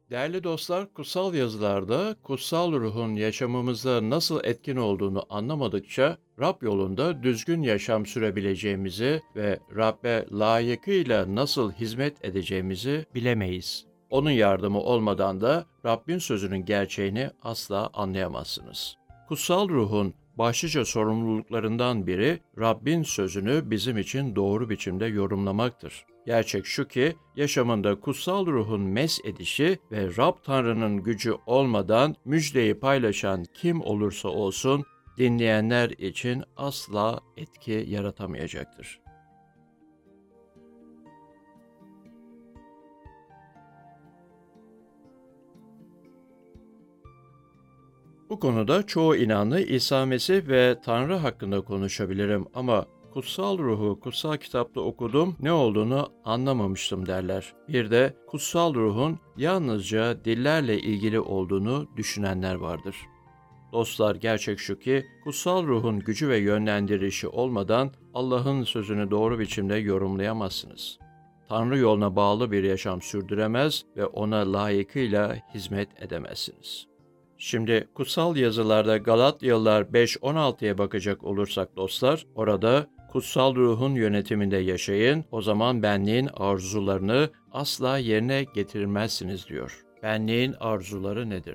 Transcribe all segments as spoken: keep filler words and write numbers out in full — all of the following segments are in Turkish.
Değerli dostlar, kutsal yazılarda kutsal ruhun yaşamımızda nasıl etkin olduğunu anlamadıkça Rab yolunda düzgün yaşam sürebileceğimizi ve Rab'be layıkıyla nasıl hizmet edeceğimizi bilemeyiz. Onun yardımı olmadan da Rabbin sözünün gerçeğini asla anlayamazsınız. Kutsal ruhun başlıca sorumluluklarından biri Rabbin sözünü bizim için doğru biçimde yorumlamaktır. Gerçek şu ki, yaşamında kutsal ruhun mes edişi ve Rab Tanrı'nın gücü olmadan müjdeyi paylaşan kim olursa olsun, dinleyenler için asla etki yaratamayacaktır. Bu konuda çoğu inanlı İsa Mesih ve Tanrı hakkında konuşabilirim ama kutsal ruhu kutsal kitapta okudum, ne olduğunu anlamamıştım derler. Bir de kutsal ruhun yalnızca dillerle ilgili olduğunu düşünenler vardır. Dostlar, gerçek şu ki kutsal ruhun gücü ve yönlendirişi olmadan Allah'ın sözünü doğru biçimde yorumlayamazsınız. Tanrı yoluna bağlı bir yaşam sürdüremez ve ona layıkıyla hizmet edemezsiniz. Şimdi kutsal yazılarda Galatyalılar beş on altıya bakacak olursak dostlar, orada kutsal ruhun yönetiminde yaşayın, o zaman benliğin arzularını asla yerine getirmezsiniz diyor. Benliğin arzuları nedir?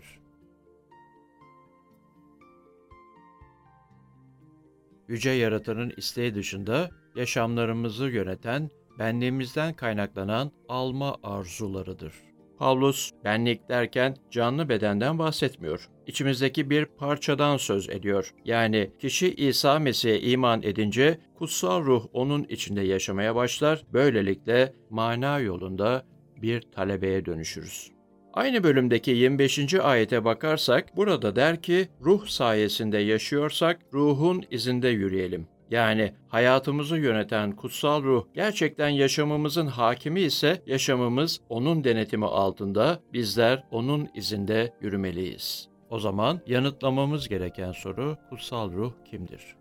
Yüce Yaratanın isteği dışında yaşamlarımızı yöneten, benliğimizden kaynaklanan alma arzularıdır. Pavlus, benlik derken canlı bedenden bahsetmiyor. İçimizdeki bir parçadan söz ediyor. Yani kişi İsa Mesih'e iman edince kutsal ruh onun içinde yaşamaya başlar. Böylelikle mana yolunda bir talebeye dönüşürüz. Aynı bölümdeki yirmi beşinci ayete bakarsak, burada der ki, ruh sayesinde yaşıyorsak ruhun izinde yürüyelim. Yani hayatımızı yöneten kutsal ruh gerçekten yaşamımızın hakimi ise yaşamımız onun denetimi altında, bizler onun izinde yürümeliyiz. O zaman yanıtlamamız gereken soru, kutsal ruh kimdir?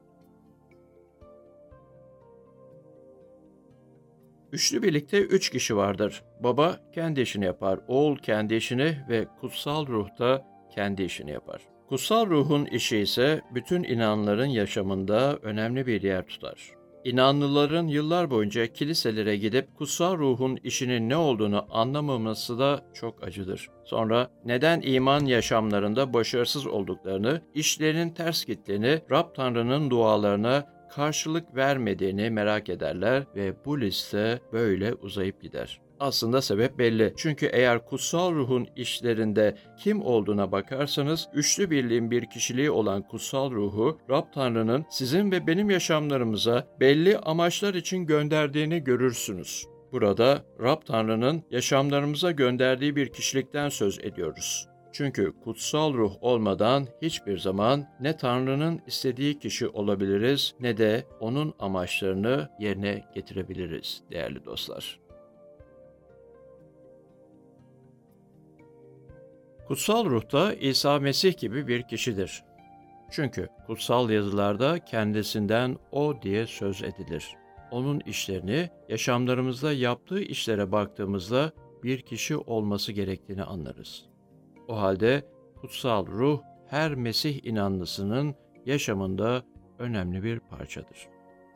Üçlü birlikte üç kişi vardır. Baba kendi işini yapar, oğul kendi işini ve kutsal ruh da kendi işini yapar. Kutsal ruhun işi ise bütün inanların yaşamında önemli bir yer tutar. İnanlıların yıllar boyunca kiliselere gidip kutsal ruhun işinin ne olduğunu anlamaması da çok acıdır. Sonra neden iman yaşamlarında başarısız olduklarını, işlerinin ters gittiğini, Rab Tanrı'nın dualarına karşılık vermediğini merak ederler ve bu liste böyle uzayıp gider. Aslında sebep belli. Çünkü eğer kutsal ruhun işlerinde kim olduğuna bakarsanız, üçlü birliğin bir kişiliği olan kutsal ruhu, Rab Tanrı'nın sizin ve benim yaşamlarımıza belli amaçlar için gönderdiğini görürsünüz. Burada Rab Tanrı'nın yaşamlarımıza gönderdiği bir kişilikten söz ediyoruz. Çünkü kutsal ruh olmadan hiçbir zaman ne Tanrı'nın istediği kişi olabiliriz ne de onun amaçlarını yerine getirebiliriz değerli dostlar. Kutsal ruh da İsa Mesih gibi bir kişidir. Çünkü kutsal yazılarda kendisinden o diye söz edilir. Onun işlerini, yaşamlarımızda yaptığı işlere baktığımızda bir kişi olması gerektiğini anlarız. O halde kutsal ruh her Mesih inanlısının yaşamında önemli bir parçadır.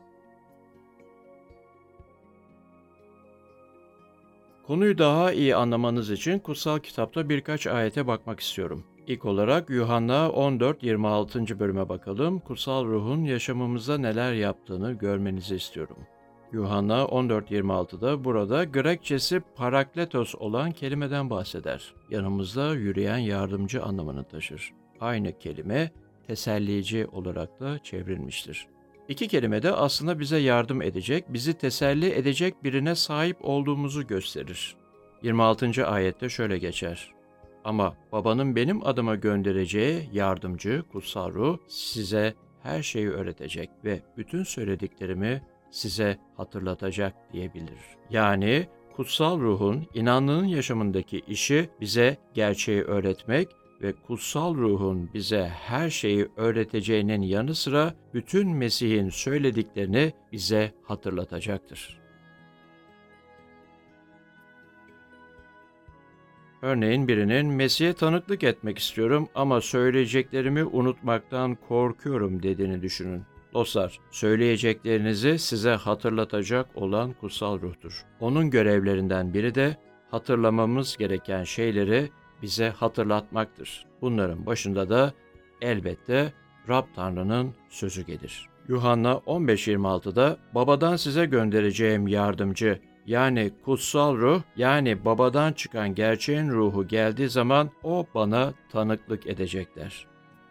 Konuyu daha iyi anlamanız için kutsal kitapta birkaç ayete bakmak istiyorum. İlk olarak Yuhanna on dört yirmi altı. bölüme bakalım. Kutsal ruhun yaşamımızda neler yaptığını görmenizi istiyorum. Yuhanna on dört yirmi altıda burada Grekçesi parakletos olan kelimeden bahseder. Yanımızda yürüyen yardımcı anlamını taşır. Aynı kelime tesellici olarak da çevrilmiştir. İki kelime de aslında bize yardım edecek, bizi teselli edecek birine sahip olduğumuzu gösterir. yirmi altıncı ayette şöyle geçer. Ama babanın benim adıma göndereceği yardımcı, kutsal ruh size her şeyi öğretecek ve bütün söylediklerimi size hatırlatacak diyebilir. Yani kutsal ruhun inanlının yaşamındaki işi bize gerçeği öğretmek ve kutsal ruhun bize her şeyi öğreteceğinin yanı sıra bütün Mesih'in söylediklerini bize hatırlatacaktır. Örneğin birinin Mesih'e tanıklık etmek istiyorum ama söyleyeceklerimi unutmaktan korkuyorum dediğini düşünün. Dostlar, söyleyeceklerinizi size hatırlatacak olan kutsal ruhtur. Onun görevlerinden biri de hatırlamamız gereken şeyleri bize hatırlatmaktır. Bunların başında da elbette Rab Tanrı'nın sözü gelir. Yuhanna on beş yirmi altıda babadan size göndereceğim yardımcı, yani kutsal ruh, yani babadan çıkan gerçeğin ruhu geldiği zaman o bana tanıklık edecekler.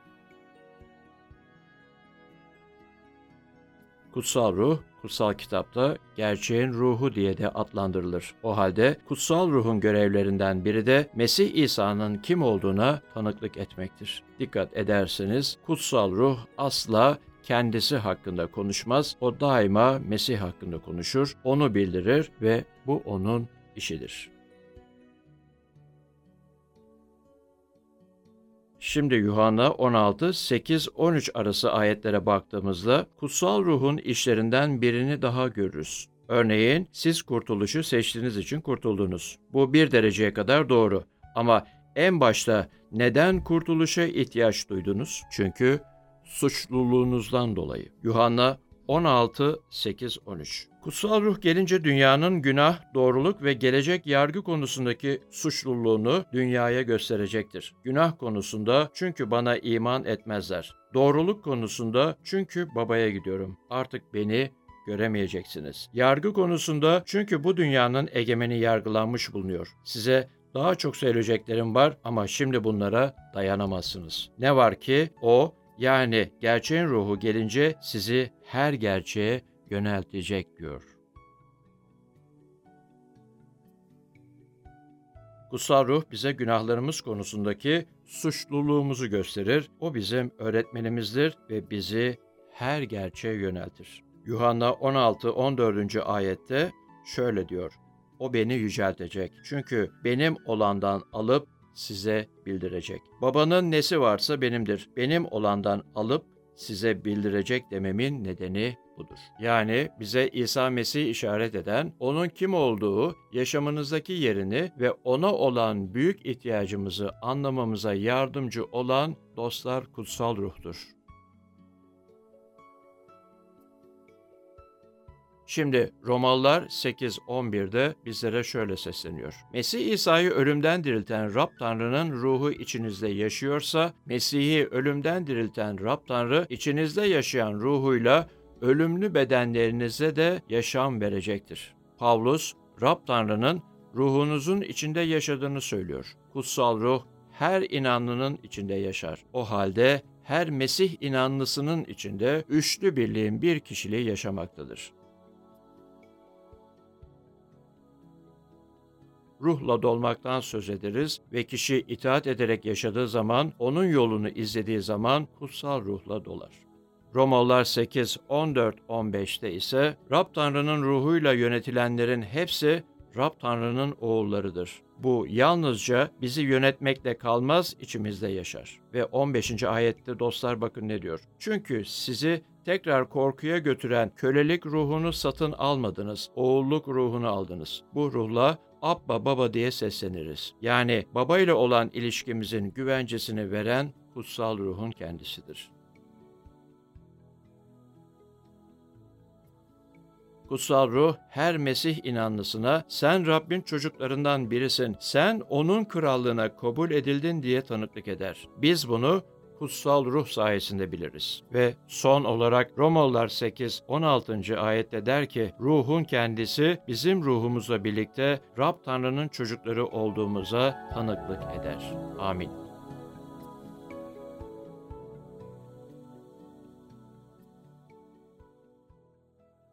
Kutsal ruh, kutsal kitapta gerçeğin ruhu diye de adlandırılır. O halde kutsal ruhun görevlerinden biri de Mesih İsa'nın kim olduğuna tanıklık etmektir. Dikkat ederseniz kutsal ruh asla kendisi hakkında konuşmaz. O daima Mesih hakkında konuşur, onu bildirir ve bu onun işidir. Şimdi Yuhanna on altı sekiz on üç arası ayetlere baktığımızda kutsal ruhun işlerinden birini daha görürüz. Örneğin siz kurtuluşu seçtiğiniz için kurtuldunuz. Bu bir dereceye kadar doğru. Ama en başta neden kurtuluşa ihtiyaç duydunuz? Çünkü suçluluğunuzdan dolayı. Yuhanna on altı sekiz on üç. Kutsal ruh gelince dünyanın günah, doğruluk ve gelecek yargı konusundaki suçluluğunu dünyaya gösterecektir. Günah konusunda çünkü bana iman etmezler. Doğruluk konusunda çünkü babaya gidiyorum. Artık beni göremeyeceksiniz. Yargı konusunda çünkü bu dünyanın egemeni yargılanmış bulunuyor. Size daha çok söyleyeceklerim var ama şimdi bunlara dayanamazsınız. Ne var ki o, yani gerçeğin ruhu gelince sizi her gerçeğe yöneltecek diyor. Kutsal ruh bize günahlarımız konusundaki suçluluğumuzu gösterir. O bizim öğretmenimizdir ve bizi her gerçeğe yöneltir. Yuhanna on altı on dördüncü ayette şöyle diyor. O beni yüceltecek. Çünkü benim olandan alıp size bildirecek. Babanın nesi varsa benimdir. Benim olandan alıp size bildirecek dememin nedeni budur. Yani bize İsa Mesih'i işaret eden, onun kim olduğu, yaşamınızdaki yerini ve ona olan büyük ihtiyacımızı anlamamıza yardımcı olan dostlar kutsal ruhtur. Şimdi Romalılar sekiz on birde bizlere şöyle sesleniyor. Mesih İsa'yı ölümden dirilten Rab Tanrı'nın ruhu içinizde yaşıyorsa, Mesih'i ölümden dirilten Rab Tanrı içinizde yaşayan ruhuyla ölümlü bedenlerinize de yaşam verecektir. Pavlus, Rab Tanrı'nın ruhunuzun içinde yaşadığını söylüyor. Kutsal ruh her inanlının içinde yaşar. O halde her Mesih inanlısının içinde üçlü birliğin bir kişiliği yaşamaktadır. Ruhla dolmaktan söz ederiz ve kişi itaat ederek yaşadığı zaman, onun yolunu izlediği zaman kutsal ruhla dolar. Romalılar sekiz on dört on beşte ise Rab Tanrı'nın ruhuyla yönetilenlerin hepsi Rab Tanrı'nın oğullarıdır. Bu yalnızca bizi yönetmekle kalmaz, içimizde yaşar. Ve on beşinci ayette dostlar bakın ne diyor? Çünkü sizi tekrar korkuya götüren kölelik ruhunu satın almadınız, oğulluk ruhunu aldınız. Bu ruhla Abba Baba diye sesleniriz. Yani baba ile olan ilişkimizin güvencesini veren kutsal ruhun kendisidir. Kutsal ruh her Mesih inanlısına sen Rabbin çocuklarından birisin, sen onun krallığına kabul edildin diye tanıklık eder. Biz bunu kutsal ruh sayesinde biliriz. Ve son olarak Romalılar sekiz on altıncı ayette der ki, ruhun kendisi bizim ruhumuzla birlikte Rab Tanrı'nın çocukları olduğumuza tanıklık eder. Amin.